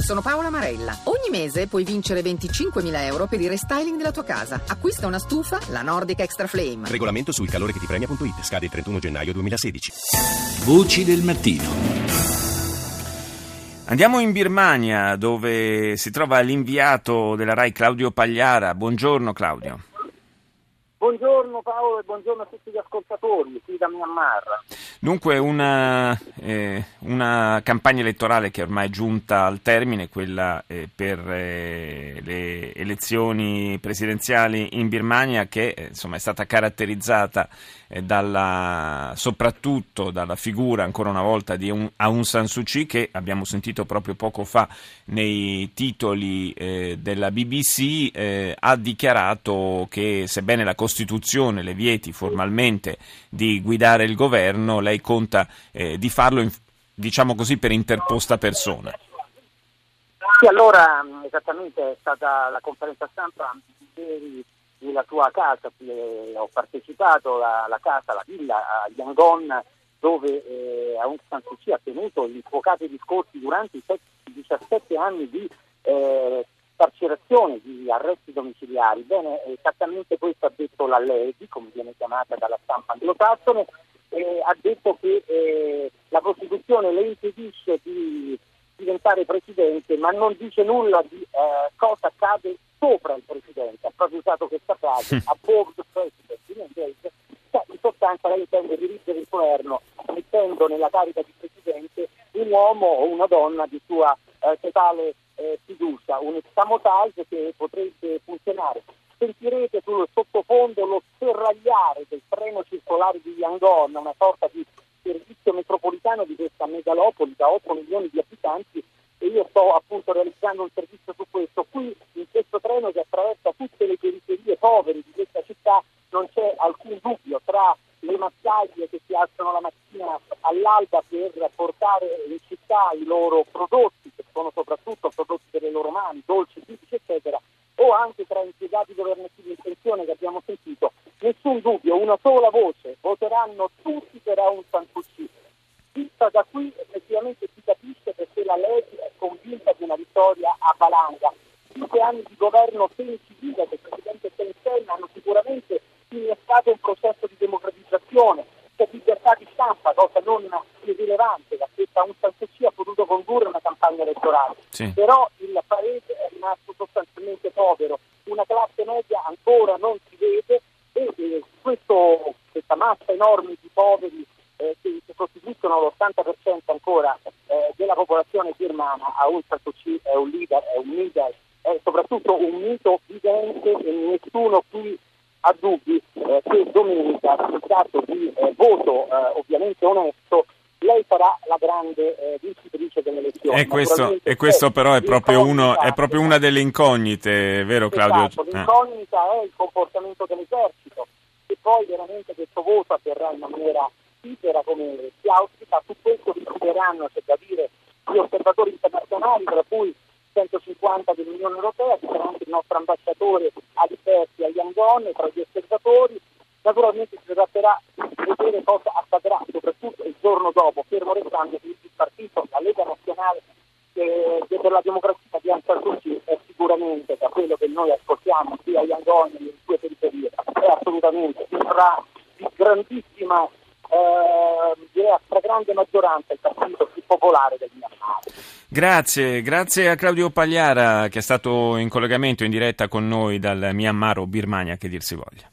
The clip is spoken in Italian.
sono Paola Marella. Ogni mese puoi vincere 25.000 euro per il restyling della tua casa. Acquista una stufa, la Nordic Extra Flame. Regolamento sul calore che ti premia.it. Scade il 31 gennaio 2016. Voci del mattino. Andiamo in Birmania, dove si trova l'inviato della RAI Claudio Pagliara. Buongiorno Claudio. Buongiorno Paolo e buongiorno a tutti gli ascoltatori qui da Myanmar. Dunque una campagna elettorale che ormai è giunta al termine, quella per le elezioni presidenziali in Birmania, che insomma è stata caratterizzata soprattutto dalla figura ancora una volta di Aung San Suu Kyi, che abbiamo sentito proprio poco fa nei titoli della BBC, ha dichiarato che sebbene la Costituzione le vieti formalmente di guidare il governo, lei conta di farlo, diciamo così, per interposta persona. Sì, allora esattamente è stata la conferenza stampa ieri nella tua casa, ho partecipato, la casa, la villa a Yangon, dove Aung San Suu Kyi ha tenuto infuocati discorsi durante i 17 anni di carcerazione, di arresti domiciliari. Bene, esattamente questo ha detto la Lady, come viene chiamata dalla stampa anglosassone, ha detto che la Costituzione le impedisce di diventare presidente, ma non dice nulla di cosa accade sopra il presidente. Ha proprio usato questa frase, above the president, in inglese. Cioè, in sostanza lei intende dirigere il governo mettendo nella carica di presidente un uomo o una donna di sua totale fiducia, un escamotage che potrebbe funzionare. Sentirete sul sottofondo lo serragliare del treno circolare di Yangon, una sorta di servizio metropolitano di questa megalopoli da 8 milioni di abitanti, e io sto appunto realizzando un servizio su questo. Qui in questo treno che attraversa tutte le periferie povere di questa città non c'è alcun dubbio, tra le mascaglie che si alzano la mattina all'alba per portare in città i loro prodotti, che sono soprattutto prodotti delle loro mani, dolci, tipici, eccetera, o anche tra impiegati governativi in pensione che abbiamo sentito, nessun dubbio, una sola voce, voteranno tutti per Aung San Suu Kyi. Vista da qui effettivamente si capisce perché la Lega è convinta di una vittoria a valanga. 5 anni di governo semicivile del presidente Thein Sein hanno sicuramente innescato un processo di democratizzazione, c'è libertà di stampa, cosa non irrilevante, da questa Aung San Suu Kyi ha potuto condurre una campagna elettorale. Sì. Però il paese è rimasto sostanzialmente povero, una classe media ancora non si vede, e questa massa enorme di poveri che costituiscono l'80% ancora della popolazione birmana. Aung San Suu Kyi è un leader, è soprattutto un mito vivente, e nessuno qui ha dubbi che domenica, in caso di voto ovviamente onesto, lei sarà la grande vincitrice delle elezioni. E questo però è proprio una delle incognite, vero Claudio? Esatto, l'incognita è il comportamento dell'esercito, e poi veramente questo voto avverrà in maniera libera come si auspica. Su questo decideranno, c'è da dire, gli osservatori internazionali, tra cui 150 dell'Unione Europea, ci sarà anche il nostro ambasciatore Aliberti a Yangon tra gli osservatori. Naturalmente si tratterà di vedere cosa accadrà, soprattutto il giorno dopo, fermo restando che il partito, la Lega Nazionale per la Democrazia di Aung San Suu Kyi, è sicuramente, da quello che noi ascoltiamo qui a Yangon e nelle sue periferie, è assolutamente di grandissima, direi a stragrande maggioranza, il partito più popolare del Myanmar. Grazie a Claudio Pagliara, che è stato in collegamento in diretta con noi dal Myanmar o Birmania, che dir si voglia.